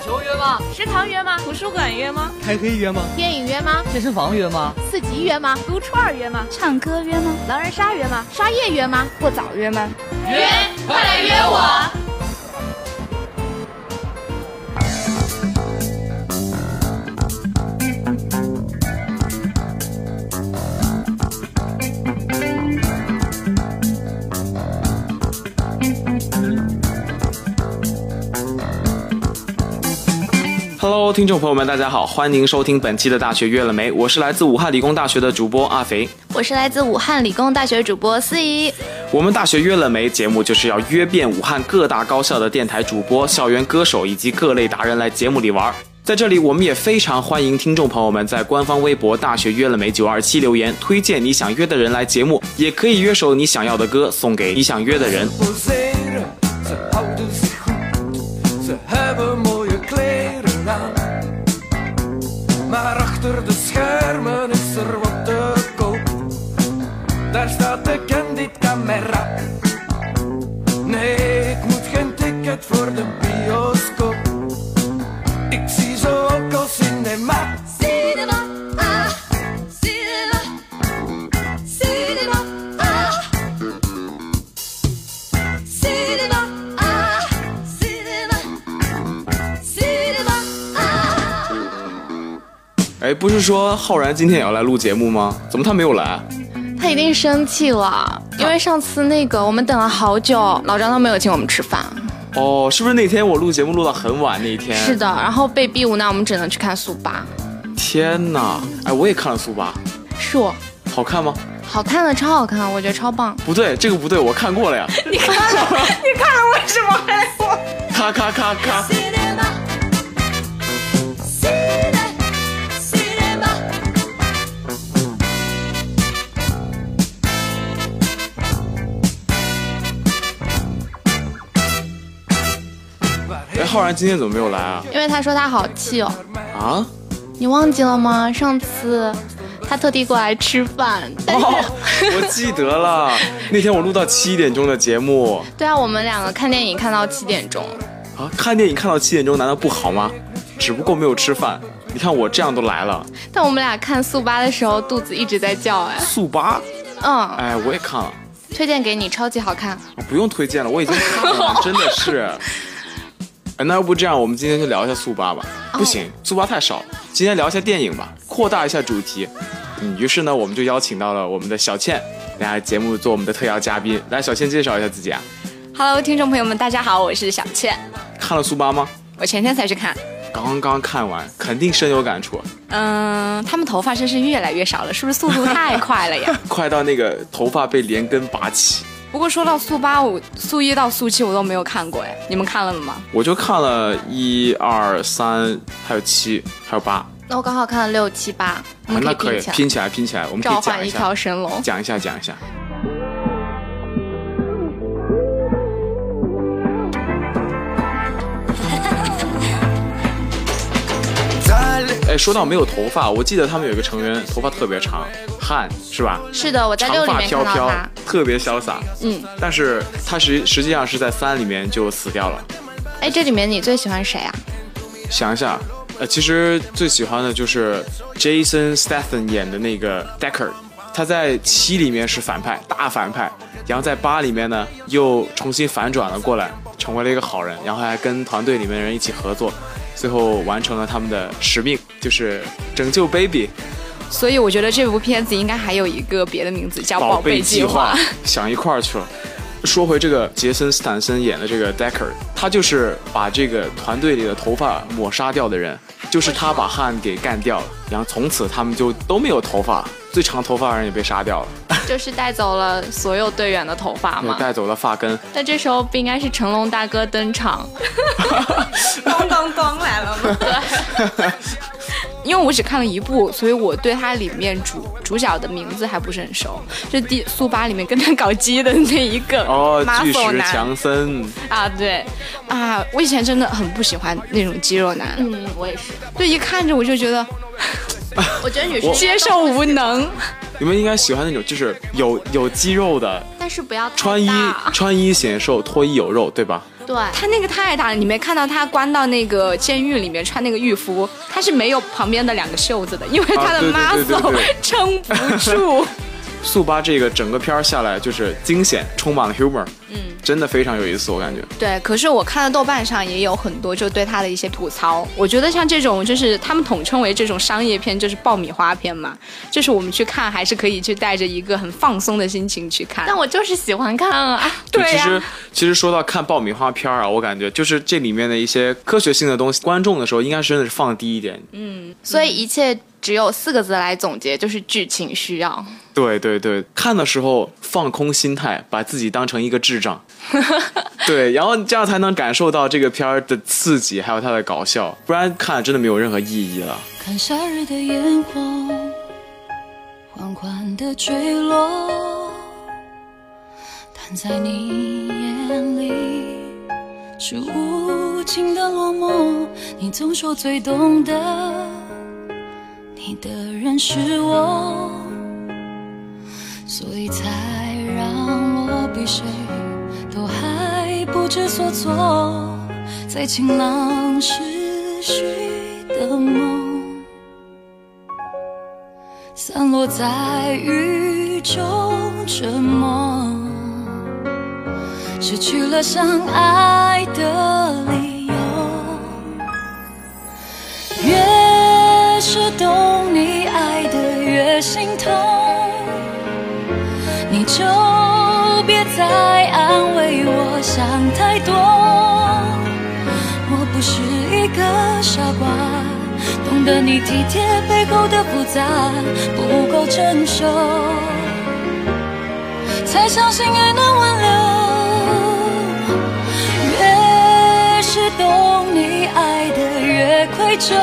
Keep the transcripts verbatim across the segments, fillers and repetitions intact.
球约吗？ 食堂约吗？ 图书馆约吗？ 开黑约吗？ 电影约吗？ 健身房约吗？ 四级约吗？撸串约吗？ 唱歌约吗？ 狼人杀约吗？沙夜约吗？ 过早约吗？ 约，快来约我！ Hello， 听众朋友们，大家好，欢迎收听本期的大学约了没？我是来自武汉理工大学的主播阿肥， 我是来自武汉理工大学主播思怡。 我们大学约了没节目就是要约遍武汉各大高校的电台主播、校园歌手以及各类达人来节目里玩。在这里，我们也非常欢迎听众朋友们在官方微博大学约了没九二七留言，推荐你想约的人来节目，也可以约首你想要的歌送给你想约的人。 Maar achter de schermen is er wat te koop. Daar staat de Candid-camera. Nee, ik moet geen ticket voor de bioscoop. Ik zie ze ook al cinema. Cinema, ah, cinema, cinema, ah, cinema, ah, cinema, cinema, ah. 哎，不是说浩然今天也要来录节目吗？怎么他没有来？ 他一定生气了，因为上次那个我们等了好久，老张都没有请我们吃饭。 哦，是不是那天我录节目录到很晚那一天？ 是的，然后被逼无奈，我们只能去看速八。 天哪！哎，我也看了速八。 是我。 好看吗？ 好看的，超好看，我觉得超棒。 不对，这个不对，我看过了呀。 你看了？你看了为什么还说？ 咔咔咔咔。哎，浩然今天怎么没有来啊？ 因为他说他好气哦。 啊？ 你忘记了吗？上次他特地过来吃饭。 哦，我记得了，那天我录到七点钟的节目。 对啊，我们两个看电影看到七点钟。 啊，看电影看到七点钟难道不好吗？只不过没有吃饭。你看我这样都来了。 但我们俩看速八的时候，肚子一直在叫哎。 速八？ 嗯。 哎，我也看了。 推荐给你，超级好看。 不用推荐了，我已经看了，真的是。哎，那要不这样，我们今天就聊一下速八吧。不行，速八太少了，今天聊一下电影吧，扩大一下主题。嗯，于是呢，我们就邀请到了我们的小倩来节目做我们的特邀嘉宾。来，小倩介绍一下自己啊。 Hello， 听众朋友们，大家好，我是小倩。 看了速八吗？ 我前天才去看。 刚刚看完，肯定深有感触。 嗯，他们头发真是越来越少了，是不是速度太快了呀？ 快到那个头发被连根拔起。 不过说到速八，我速一到速七我都没有看过哎，你们看了吗？ 我就看了一二三，还有七，还有八。 那我刚好看了六七八，我们可以那可以拼起来，拼起来，我们可以讲一下， 召唤一条神龙， 讲一下，讲一下。哎，说到没有头发，我记得他们有一个成员头发特别长，汉是吧？ 是的，我在六里面看到他， 长发飘飘，特别潇洒。 嗯， 但是他实实际上是在三里面就死掉了。 哎，这里面你最喜欢谁啊？ 想一下，呃，其实最喜欢的就是 Jason Statham 演的那个 Deckard， 他在七里面是反派，大反派，然后在八里面呢又重新反转了过来，成为了一个好人，然后还跟团队里面的人一起合作。最后完成了他们的使命，就是拯救 baby。 所以我觉得这部片子应该还有一个别的名字，叫《宝贝计划》。 想一块儿去了。说回这个杰森·斯坦森演的这个 Deckard， 他就是把这个团队里的头发抹杀掉的人，就是他把汉给干掉了，然后从此他们就都没有头发，最长头发的人也被杀掉了。 就是带走了所有队员的头发嘛， 带走了发根。 但这时候不应该是成龙大哥登场， 咚咚咚来了吗？对。因为我只看了一部，所以我对它里面主主角的名字还不是很熟。就第速八里面跟他搞基的那一个哦，巨石强森啊，对啊，我以前真的很不喜欢那种肌肉男。 嗯，我也是。 对，一看着我就觉得， 我觉得女生接受无能。 你们应该喜欢那种就是有有肌肉的， 但是不要穿衣穿衣显瘦，脱衣有肉，对吧？ 对， 他那个太大了，你没看到他关到那个监狱里面穿那个狱服，他是没有旁边的两个袖子的，因为他的啊对对对 muscle 对对撑不住。 速八这个整个片儿下来就是惊险，充满了 humor，嗯，真的非常有意思，我感觉。 对，可是我看到豆瓣上也有很多就对他的一些吐槽。我觉得像这种就是他们统称为这种商业片，就是爆米花片嘛，就是我们去看还是可以去带着一个很放松的心情去看。 但我就是喜欢看啊。 对呀、 其实其实说到看爆米花片啊，我感觉就是这里面的一些科学性的东西，观众的时候应该是真的是放低一点。 嗯， 所以一切只有四个字来总结，就是剧情需要。 对对对，看的时候放空心态，把自己当成一个智障，对，然后这样才能感受到这个片儿的刺激，还有它的搞笑，不然看真的没有任何意义了。 看夏日的烟火缓缓地坠落，但在你眼里是无尽的落寞。你总说最懂得你的人是我，所以才让我比谁都还不知所措，在晴朗逝去的梦散落在雨中沉默，失去了相爱的理由。越是懂你爱的越心痛，你就别再安慰我想太多。我不是一个傻瓜，懂得你体贴背后的复杂，不够成熟，才相信爱能挽留。越是懂你爱的越愧疚，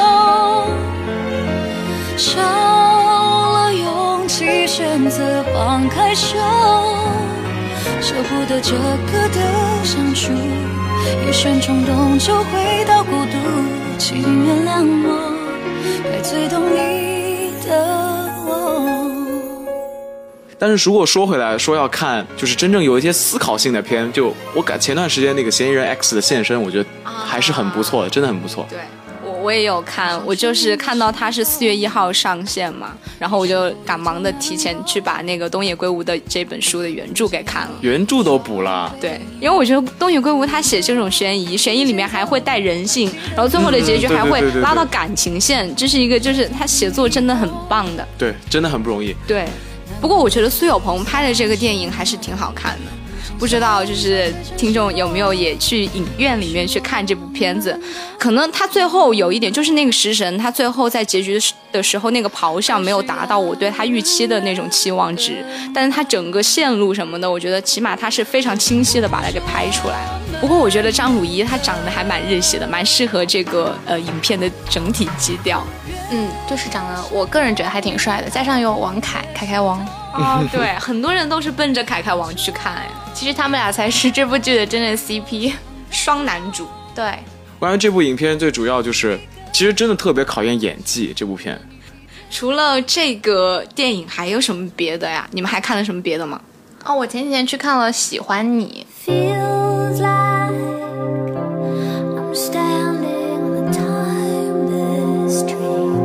少了勇气选择放开手，舍不得这个的相处，一瞬冲动就回到孤独，请原谅我该最懂你的我。 但是如果说回来说要看就是真正有一些思考性的片，就我感前段时间那个嫌疑人 X 的现身，我觉得还是很不错的，真的很不错。 对，我我也有看，我就是看到它是四月一号上线嘛，然后我就赶忙的提前去把那个东野圭吾的这本书的原著给看了， 原著都补了。 对，因为我觉得东野圭吾他写这种悬疑，悬疑里面还会带人性，然后最后的结局还会拉到感情线，这是一个就是他写作真的很棒的。 对，真的很不容易。 对，不过我觉得苏有朋拍的这个电影还是挺好看的。不知道就是听众有没有也去影院里面去看这部片子，可能他最后有一点就是那个食神他最后在结局的时候那个咆哮没有达到我对他预期的那种期望值，但是他整个线路什么的我觉得起码他是非常清晰的把它给拍出来了。不过我觉得张鲁一他长得还蛮日系的，蛮适合这个呃影片的整体基调。 嗯，就是长得我个人觉得还挺帅的，加上有王凯凯凯王。 哦，对，很多人都是奔着凯凯王去看哎。 其实他们俩才是这部剧的真正 C P， 双男主。 对， 关于这部影片最主要就是其实真的特别考验演技，这部片除了这个电影还有什么别的呀？你们还看了什么别的吗？ 哦，我前几天去看了《喜欢你》。 Feels like I'm standing on the timeless dream。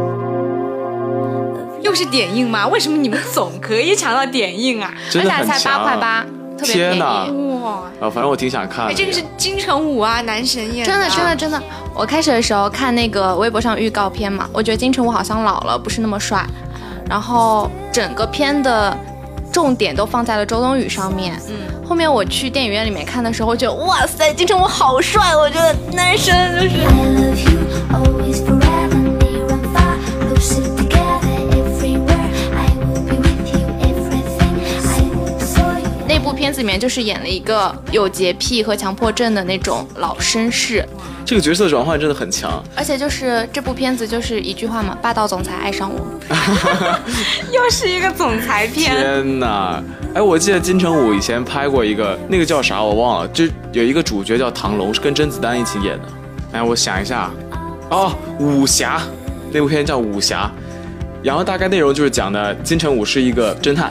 又是点映吗？为什么你们总可以抢到点映啊？ 真的而且才很强。 八块八，特别便天哪宜。 哇！ 啊，反正我挺想看的。 哎，这个是金城武啊，男神演的。 真的，真的，真的。我开始的时候看那个微博上预告片嘛，我觉得金城武好像老了，不是那么帅。然后整个片的重点都放在了周冬雨上面。嗯。后面我去电影院里面看的时候，觉得哇塞，金城武好帅，我觉得男神就是。 I love you always forever near and far lucid together everywhere I will be with you everything I saw you。 那部片子里面就是演了一个有洁癖和强迫症的那种老绅士， 这个角色转换真的很强， 而且就是这部片子就是一句话嘛，霸道总裁爱上我。 又是一个总裁片。 天哪！哎，我记得金城武以前拍过一个，那个叫啥我忘了，就有一个主角叫唐龙，是跟甄子丹一起演的。哎，我想一下，哦，武侠，那部片叫武侠，然后大概内容就是讲的金城武是一个侦探，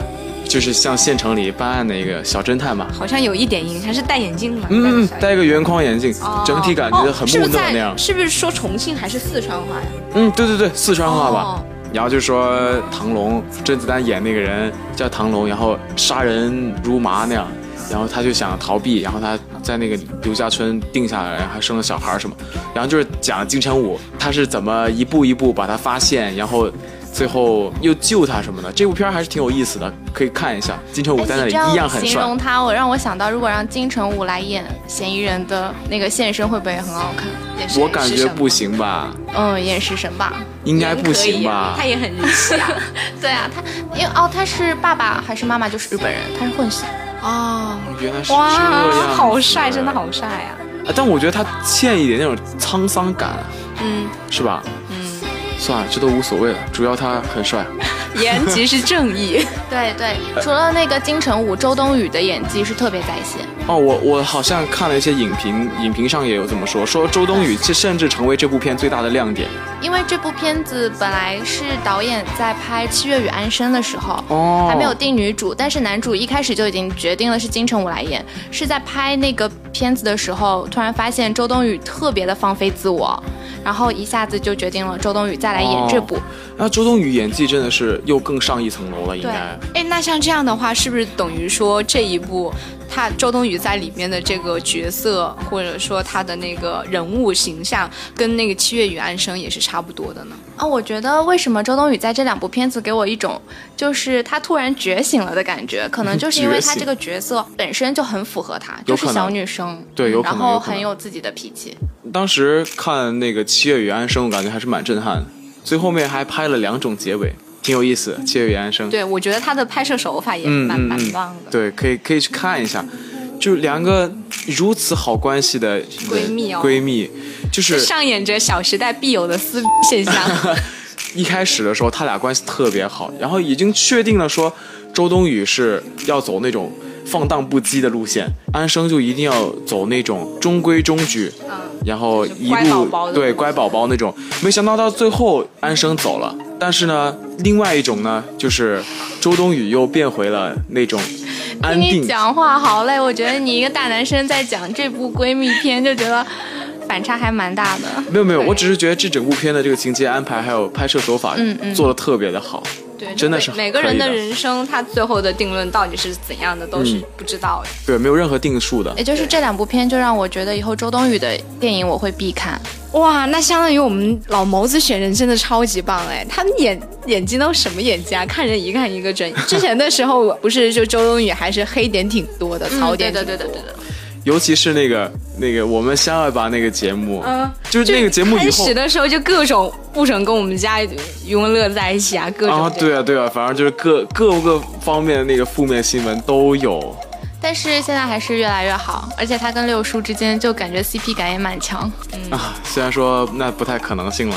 就是像县城里办案的一个小侦探嘛。 好像有一点印象，是戴眼镜吗？ 嗯，戴个圆框眼镜， 哦、 整体感觉很木讷那样、 哦。是不是说重庆还是四川话呀？ 嗯，对对对，四川话吧。 哦、 然后就说唐龙，甄子丹演那个人叫唐龙，然后杀人如麻那样，然后他就想逃避，然后他在那个刘家村定下来，然后还生了小孩什么，然后就是讲金城武他是怎么一步一步把他发现，然后最后又救他什么的。这部片还是挺有意思的，可以看一下。金城武在那里一样很帅。 形容他，我让我想到，如果让金城武来演嫌疑人的那个现身，会不会也很好看？ 我感觉不行吧。 嗯，演食神吧， 应该不行吧？ 他也很日系啊。 对啊，他因为哦，他是爸爸还是妈妈就是日本人，他是混血。 哦， 原来是哇， 这样， 好帅，真的好帅啊！ 但我觉得他欠一点那种沧桑感， 嗯， 是吧？ 嗯， 算了，这都无所谓了，主要他很帅。 颜值是正义。 对对，除了那个金城武，周冬雨的演技是特别在线。 哦，我我好像看了一些影评，影评上也有这么说，说周冬雨这甚至成为这部片最大的亮点。 因为这部片子本来是导演在拍《七月与安生》的时候， 哦， 还没有定女主，但是男主一开始就已经决定了是金城武来演。是在拍那个片子的时候，突然发现周冬雨特别的放飞自我，然后一下子就决定了周冬雨再来演这部。哦， 那周冬雨演技真的是又更上一层楼了，应该。 哎，那像这样的话，是不是等于说这一部他周冬雨在里面的这个角色，或者说他的那个人物形象，跟那个《七月与安生》也是差不多的呢？ 啊、哦，我觉得为什么周冬雨在这两部片子给我一种就是她突然觉醒了的感觉，可能就是因为她这个角色本身就很符合她，就是小女生， 对，有可能， 然后很有自己的脾气。 当时看那个《七月与安生》，我感觉还是蛮震撼的，最后面还拍了两种结尾。挺有意思，《七月与安生》。 对，我觉得他的拍摄手法也蛮、嗯、蛮棒的。 对，可以可以去看一下，就两个如此好关系的闺蜜哦， 闺蜜就是上演着《小时代》必有的撕逼现象。 一开始的时候，他俩关系特别好，然后已经确定了说周冬雨是要走那种放荡不羁的路线，安生就一定要走那种中规中矩。嗯，然后一路对乖宝宝那种，没想到到最后安生走了，但是呢，另外一种呢，就是周冬雨又变回了那种安定。 听你讲话好累，我觉得你一个大男生在讲这部闺蜜片，就觉得反差还蛮大的。 没有没有，我只是觉得这整部片的这个情节安排还有拍摄手法，嗯嗯，做得特别的好。 对， 真的是每个人的人生，他最后的定论到底是怎样的，都是不知道的。 嗯、对，没有任何定数的。 也就是这两部片，就让我觉得以后周冬雨的电影我会必看。 哇，那相当于我们老谋子选人真的超级棒哎！他们演演技都什么演技啊？看人一看一个准。之前的时候不是就周冬雨还是黑点挺多的，槽点挺多的。 嗯、对对对对对对。 尤其是那个那个我们相爱吧那个节目， 嗯， 就是那个节目以后开始的时候就各种不准跟我们家余文乐在一起啊，各种啊，对啊对啊，反正就是各各个方面的那个负面新闻都有。 但是现在还是越来越好，而且他跟六叔之间就感觉 C P 感也蛮强。 嗯、啊，虽然说那不太可能性了。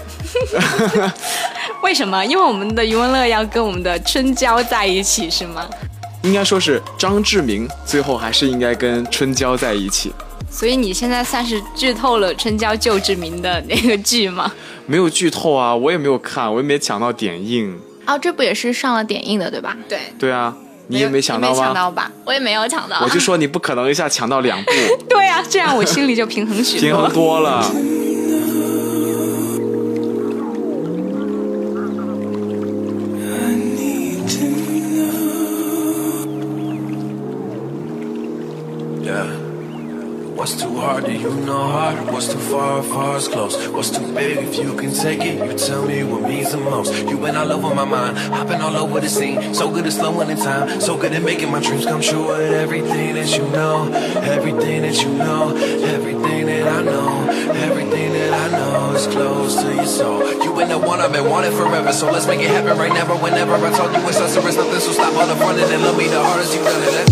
为什么？因为我们的余文乐要跟我们的春娇在一起是吗？ 应该说是张志明最后还是应该跟春娇在一起。 所以你现在算是剧透了春娇救志明的那个剧吗？ 没有剧透啊，我也没有看，我也没抢到点映。 哦，这部也是上了点映的对吧？ 对。 对啊，你也没抢到吗？ 没抢到吧？ 我也没有抢到。 我就说你不可能一下抢到两部。 对啊，这样我心里就平衡许多。 平衡多了。 What's too hard, do you know hard? What's too far, far is close? What's too big, if you can take it? You tell me what means the most. You been all over my mind, hopping all over the scene. So good at slowing in time, so good at making my dreams come true. With everything that you know, everything that you know, everything that I know, everything that I know is close to your soul. You been the one I've been wanting forever, so let's make it happen right now. But whenever I told you it's us, there is nothing, so stop all the front and love me the hardest you've done it.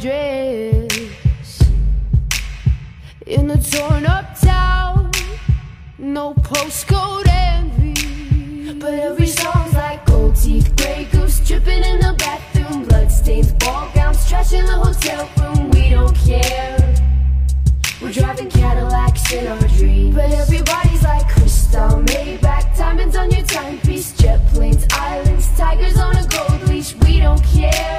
dress in a torn up town. No postcode envy, but every song's like gold teeth, grey goose dripping in the bathroom, bloodstains, ball gowns, trash in the hotel room. We don't care. We're driving Cadillacs in our dreams, but everybody's like crystal, Maybach, diamonds on your timepiece, jet planes, islands, tigers on a gold leash. We don't care.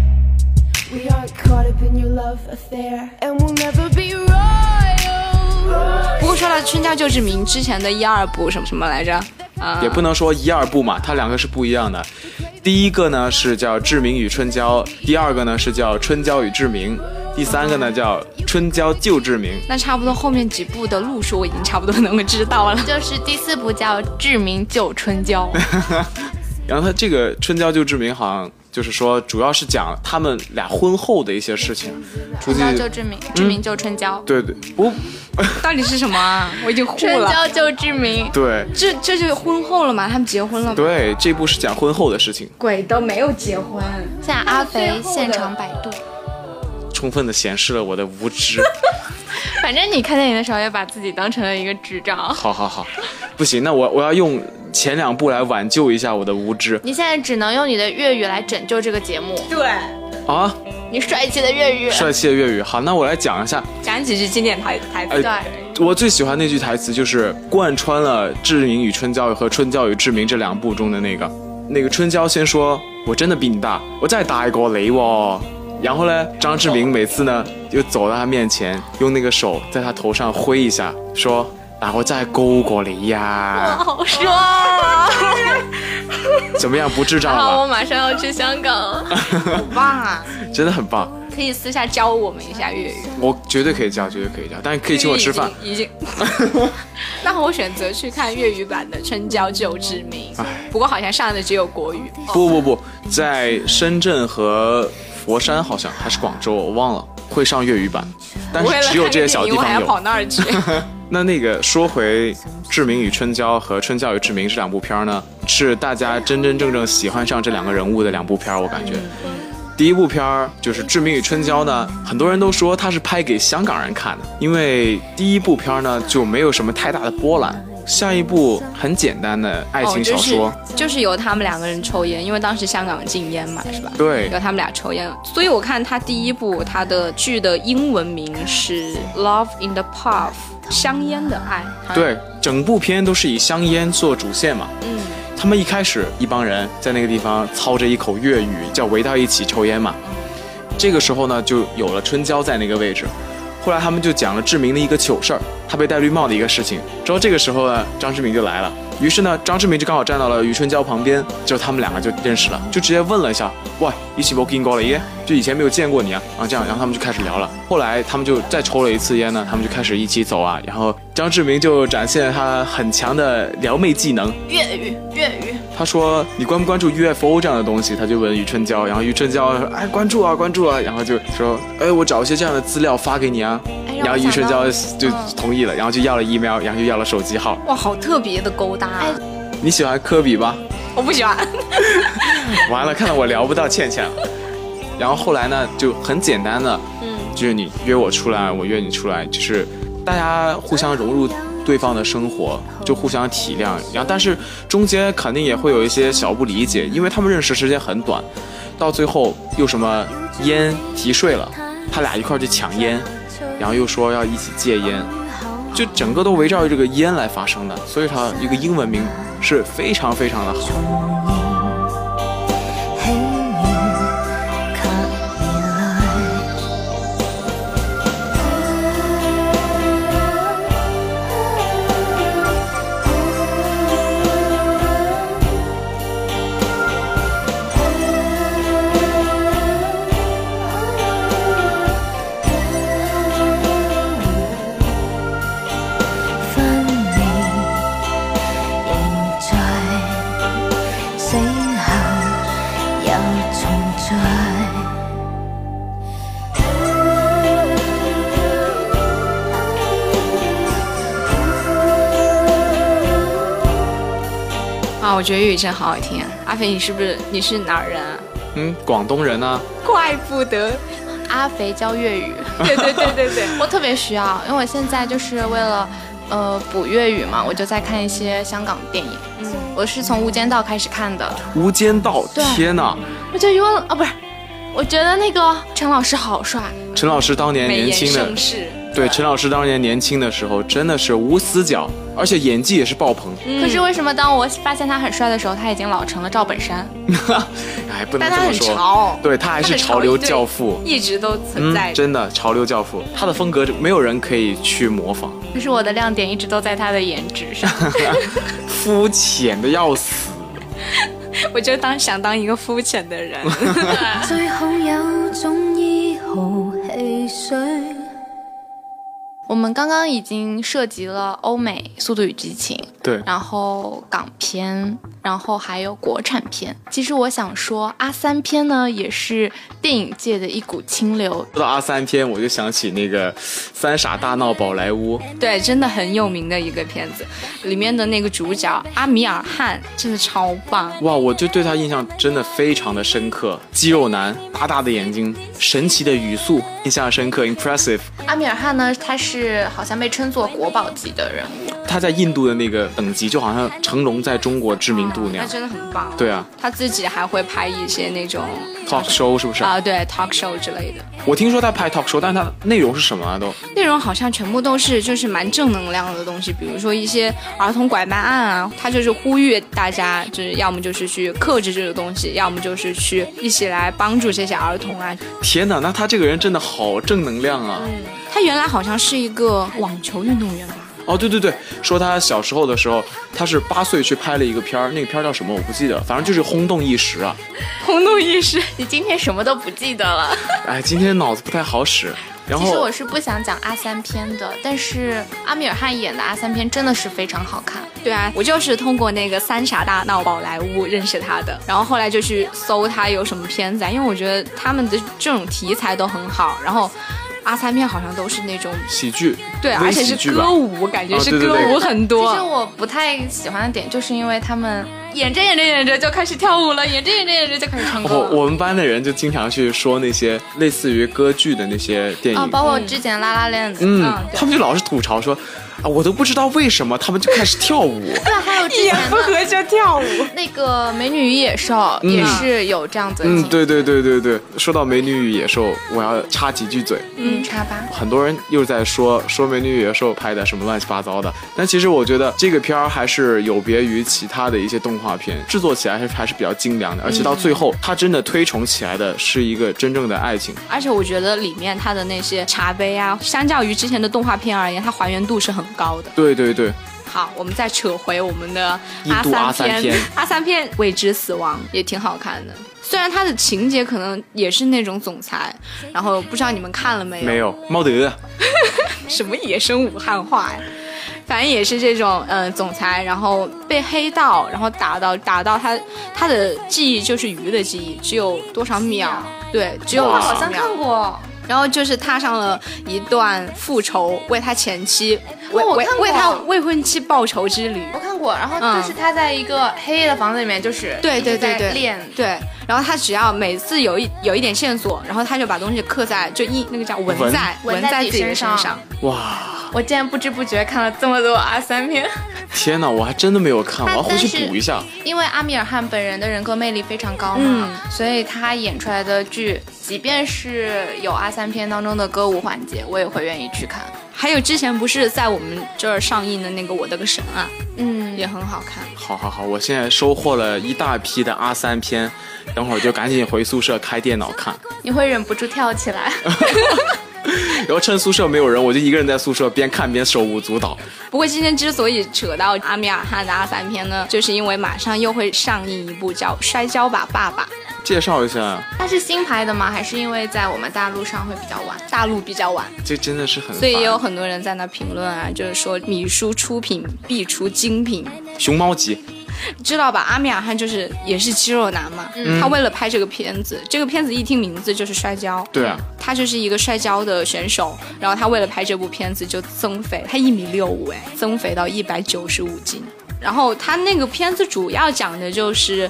We aren't caught up in your love affair, and we'll never be royal. 不过说到春娇救志明之前的一二部什么什么来着？啊、 也不能说一二部嘛，它两个是不一样的。第一个呢是叫《志明与春娇》，第二个呢是叫《春娇与志明》，第三个呢叫《春娇救志明》。 那差不多后面几部的路数我已经差不多能够知道了。 就是第四部叫《志明救春娇》。 然后他这个《春娇救志明》好像就是说，主要是讲他们俩婚后的一些事情。 春娇救志明，志明救春娇。 对对，不， 到底是什么啊？我已经糊春了。 娇救志明。 对， 这这就婚后了吗？他们结婚了吗？ 对，这部是讲婚后的事情， 鬼都没有结婚。 现在阿肥现场百度。 充分的显示了我的无知。 反正你看电影的时候也把自己当成了一个智障。 好好好，不行，那我我要用前两部来挽救一下我的无知。 你现在只能用你的粤语来拯救这个节目。 对， 啊， 你帅气的粤语。 帅气的粤语。好，那我来讲一下。 讲几句经典台台词。 呃对， 我最喜欢那句台词就是贯穿了《志明与春娇》和《春娇与志明》这两部中的那个。那个春娇先说：“我真的比你大，我真係大過你喎。”然后呢，张志明每次呢就走到他面前，用那个手在他头上挥一下，说：“但我真係高過你呀。” 好爽！ 怎么样，不智障然后我了吧？ 马上要去香港， 好棒啊！ 真的很棒， 可以私下教我们一下粤语。 我绝对可以教，绝对可以教，但是可以请我吃饭。 已经。已经那我选择去看粤语版的《春娇救志明》，不过好像上的只有国语。 不不不，在深圳和佛山好像还是广州，我忘了会上粤语版，但是只有这些小地我还要方有。 跑那儿去。 那那个说回《志明与春娇》和《春娇与志明》这两部片呢，是大家真真正正喜欢上这两个人物的两部片，我感觉。第一部片儿就是《志明与春娇》呢，很多人都说它是拍给香港人看的，因为第一部片儿呢就没有什么太大的波澜，像一部很简单的爱情小说。 哦就是、就是由他们两个人抽烟，因为当时香港禁烟嘛，是吧？ 对， 由他们俩抽烟，所以我看他第一部他的剧的英文名是《Love in the Puff》，香烟的爱。 对，整部片都是以香烟做主线嘛。 嗯。 他们一开始一帮人在那个地方操着一口粤语，叫围到一起抽烟嘛。这个时候呢，就有了春娇在那个位置。后来他们就讲了志明的一个糗事儿，他被戴绿帽的一个事情。之后这个时候呢，张志明就来了。于是呢，张志明就刚好站到了余春娇旁边，就他们两个就认识了，就直接问了一下：“喂，以前冇見過你耶？就以前没有见过你啊。”然后这样，然后他们就开始聊了。后来他们就再抽了一次烟呢，他们就开始一起走啊。然后张志明就展现他很强的撩妹技能， 粤语，粤语。 他说：“你关不关注 U F O 这样的东西？”他就问余春娇，然后余春娇说：“哎，关注啊，关注啊。”然后就说：“哎，我找一些这样的资料发给你啊。”然后余春娇就同意了，然后就要了 email， 然后就要了手机号。 哇，好特别的勾搭、啊！ 哎， 你喜欢科比吧？ 我不喜欢。 完了，看到我聊不到倩倩了。然后后来呢，就很简单的，嗯，就是你约我出来，我约你出来，就是大家互相融入对方的生活，就互相体谅。然后，但是中间肯定也会有一些小不理解，因为他们认识时间很短，到最后又什么烟提税了，他俩一块去抢烟，然后又说要一起戒烟。就整个都围绕着这个烟来发生的，所以它一个英文名是非常非常的好。 啊，我觉得粤语真好好听啊！阿飞，你是不是你是哪儿人啊？ 嗯，广东人啊。 怪不得， 阿肥教粤语。 对对对对对， 我特别需要，因为我现在就是为了呃补粤语嘛，我就在看一些香港电影。嗯，我是从《无间道》开始看的。 无间道，天哪！ 我觉得尤啊不是，我觉得那个陈老师好帅。 陈老师当年年轻的，对，陈老师当年年轻的时候真的是无死角，而且演技也是爆棚。 嗯、可是为什么当我发现他很帅的时候，他已经老成了赵本山？ 哎，不能这么说。但他很潮， 对他还是潮流教父， 一直都存在、 嗯。真的潮流教父，他的风格没有人可以去模仿。 可是我的亮点一直都在他的颜值上， 肤浅的要死。 我就当想当一个肤浅的人。 最好有種醫好汽水。 我们刚刚已经涉及了欧美《速度与激情》， 对， 然后港片，然后还有国产片。其实我想说，阿三片呢也是电影界的一股清流。 说到阿三片，我就想起那个《三傻大闹宝莱坞》， 对，真的很有名的一个片子，里面的那个主角阿米尔汗真的超棒。 哇，我就对他印象真的非常的深刻，肌肉男，大大的眼睛，神奇的语速，印象深刻 ，impressive。 阿米尔汗呢，他是。是好像被称作国宝级的人物， 他在印度的那个等级就好像成龙在中国知名度那样， 他真的很棒。 对啊， 他自己还会拍一些那种 talk show 是不是啊？对 talk show 之类的。 我听说他拍 talk show， 但是他内容是什么啊？都内容好像全部都是就是蛮正能量的东西，比如说一些儿童拐卖案啊，他就是呼吁大家就是要么就是去克制这个东西，要么就是去一起来帮助这些儿童啊。 天哪，那他这个人真的好正能量啊！ 嗯，他原来好像是一个网球运动员吧？ 哦，对对对，说他小时候的时候，他是八岁去拍了一个片儿，那个片儿叫什么我不记得，反正就是轰动一时啊。 轰动一时， 你今天什么都不记得了。 哎，今天脑子不太好使。然后其实我是不想讲阿三片的，但是阿米尔汗演的阿三片真的是非常好看。 对啊，我就是通过那个《三傻大闹宝莱坞》认识他的，然后后来就去搜他有什么片子，因为我觉得他们的这种题材都很好，然后阿三片好像都是那种喜剧， 对，而且是歌舞，感觉是歌舞很多。 其实我不太喜欢的点，就是因为他们演着演着演着就开始跳舞了，演着演着演着就开始唱歌了。 我我们班的人就经常去说那些类似于歌剧的那些电影， 啊，包括之前《拉拉链》， 嗯，嗯他们就老是吐槽说。啊，我都不知道为什么他们就开始跳舞。 对，还有之前一言不合就跳舞。 那个《美女与野兽》 嗯、 也是有这样子的。 嗯，对对对对对。说到《美女与野兽》，我要插几句嘴。 嗯，插吧。 很多人又在说说《美女与野兽》拍的什么乱七八糟的，但其实我觉得这个片儿还是有别于其他的一些动画片，制作起来还是还是比较精良的，而且到最后，它真的推崇起来的是一个真正的爱情。 而且我觉得里面它的那些茶杯啊，相较于之前的动画片而言，它还原度是很高的。 对对对。 好，我们再扯回我们的阿三片。 阿三片未知死亡也挺好看的，虽然它的情节可能也是那种总裁，然后不知道你们看了没有？ 没有，猫德。 什么野生武汉话呀？反正也是这种，嗯、呃，总裁，然后被黑道，然后打到打到他他的记忆就是鱼的记忆，只有多少秒？对，只有多少秒？ 好像看过。 然后就是踏上了一段复仇，为他前妻、为哦、 为为他未婚妻报仇之旅。 我看过，然后就是他在一个黑夜的房子里面，就是对对对对练对。然后他只要每次有一有一点线索，然后他就把东西刻在就印那个叫纹在纹在自己的身上。 上。 哇！ 我竟然不知不觉看了这么多阿三片。 天哪，我还真的没有看，我要回去补一下。 因为阿米尔汗本人的人格魅力非常高嘛，嗯、所以他演出来的剧，即便是有阿三片当中的歌舞环节，我也会愿意去看。 还有之前不是在我们这儿上映的那个《我的个神啊》， 嗯， 也很好看。 好好好，我现在收获了一大批的阿三片，等会儿就赶紧回宿舍开电脑看。 你会忍不住跳起来。 然后趁宿舍没有人，我就一个人在宿舍边看边手舞足蹈。 不过今天之所以扯到阿米尔汗的阿三片呢，就是因为马上又会上映一部叫《摔跤吧，爸爸》。 介绍一下， 它是新拍的吗？还是因为在我们大陆上会比较晚？ 大陆比较晚， 这真的是很烦， 所以也有很多人在那评论啊，就是说米叔出品必出精品， 熊猫级。 知道吧？阿米尔汗就是也是肌肉男嘛，嗯、他为了拍这个片子，这个片子一听名字就是摔跤， 对啊， 他就是一个摔跤的选手，然后他为了拍这部片子就增肥，他一米六五，哎，增肥到一百九十五斤。然后他那个片子主要讲的就是，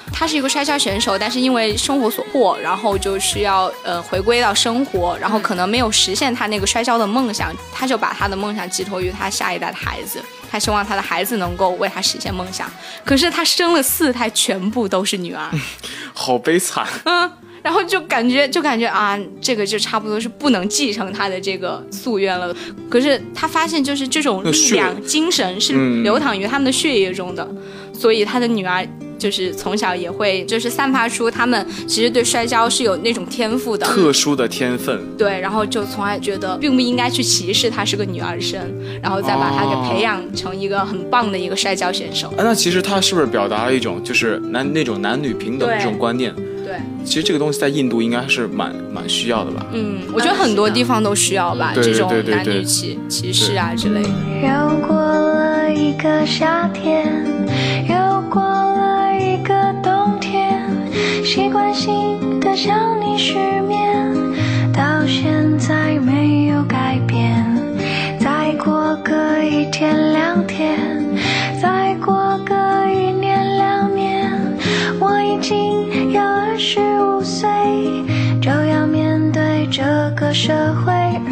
他是一个摔跤选手，但是因为生活所迫，然后就需要呃回归到生活，然后可能没有实现他那个摔跤的梦想，他就把他的梦想寄托于他下一代的孩子，他希望他的孩子能够为他实现梦想。可是他生了四胎，全部都是女儿， 好悲惨。 嗯。然后就感觉就感觉啊，这个就差不多是不能继承他的这个夙愿了。可是他发现，就是这种力量、精神是流淌于他们的血液中的，嗯、所以他的女儿就是从小也会就是散发出他们其实对摔跤是有那种天赋的， 特殊的天分。 对，然后就从来觉得并不应该去歧视她是个女儿身，然后再把她给培养成一个很棒的一个摔跤选手。 啊、那其实他是不是表达了一种就是男那种男女平等的这种观念？ 对， 其实这个东西在印度应该是蛮蛮需要的吧？ 嗯，我觉得很多地方都需要吧，这种男女歧歧视啊之类的。 又过了一个夏天，又过了一个冬天，习惯性的向你失眠，到现在没有改变。再过个一天两天，再过个一年两年，我已经要二十五岁，就要面对这个社会，而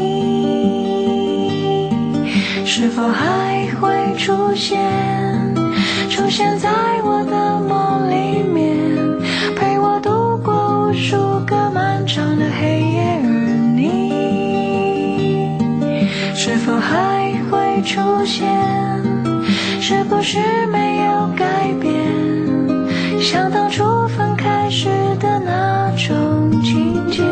你是否还会出现，出现在我的梦里面，陪我度过无数个漫长的黑夜，而你是否还会出现，是不是没有改变，像当初分开时的那种情节。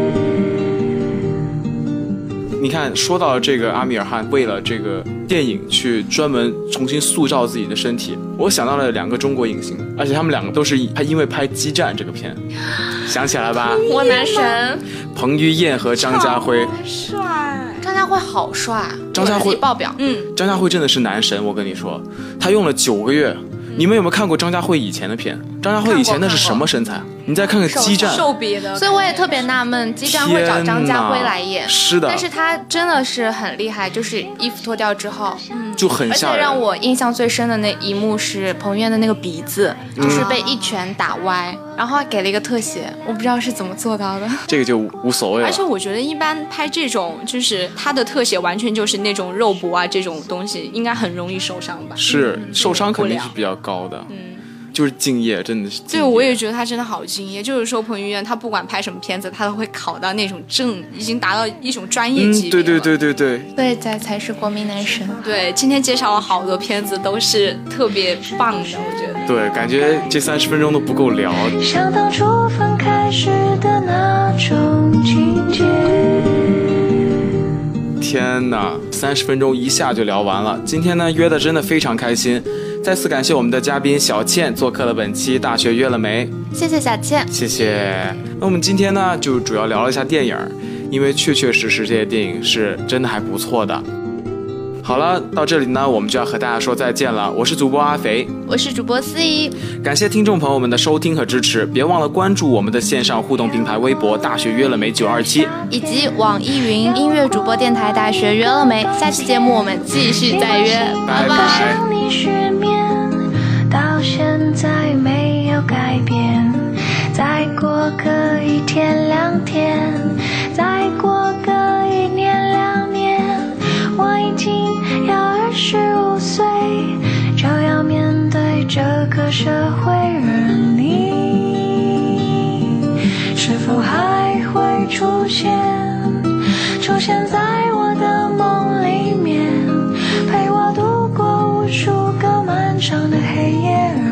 你看，说到了这个阿米尔汗为了这个电影去专门重新塑造自己的身体，我想到了两个中国影星，而且他们两个都是他因为拍《激战》这个片，想起来吧？ 我男神彭于晏和张家辉， 帅， 张家辉好帅， 张家辉爆表， 嗯， 张家辉真的是男神，我跟你说，他用了九个月。你们有没有看过张家辉以前的片？张家辉以前那是什么身材？你再看看《激战》， 瘦瘪的。 所以我也特别纳闷，《激战》会找张家辉来演， 是的， 但是他真的是很厉害，就是衣服脱掉之后， 嗯，就很吓人。 而且让我印象最深的那一幕是彭于晏的那个鼻子，就是被一拳打歪，嗯、然后还给了一个特写，我不知道是怎么做到的。 这个就无所谓了。 而且我觉得一般拍这种，就是他的特写完全就是那种肉搏啊这种东西，应该很容易受伤吧？ 是，受伤肯定是比较高的。嗯。就是敬业，真的是敬业。 对，我也觉得他真的好敬业。就是说，彭于晏他不管拍什么片子，他都会考到那种正，已经达到一种专业级别了。嗯、 对对对对对， 对，才才是国民男神。 对，今天介绍了好多片子，都是特别棒的，我觉得。 对，感觉这三十分钟都不够聊。 像当初分开时的那种情节。 天哪，三十分钟一下就聊完了。今天呢，约的真的非常开心。再次感谢我们的嘉宾小倩做客了本期大学约了没， 谢谢小倩， 谢谢。那我们今天呢就主要聊了一下电影，因为确确实实这些电影是真的还不错的。好了，到这里呢我们就要和大家说再见了。我是主播阿肥， 我是主播思怡， 感谢听众朋友们的收听和支持，别忘了关注我们的线上互动平台微博大学约了没九二七， 以及网易云音乐主播电台大学约了没。下期节目我们继续再约，拜拜。 到现在没有改变，再过个一天两天，再过个一年两年，我已经要二十五岁，就要面对这个社会，而你是否还会出现，出现在我的梦里面，陪我度过无数个漫长的黑夜。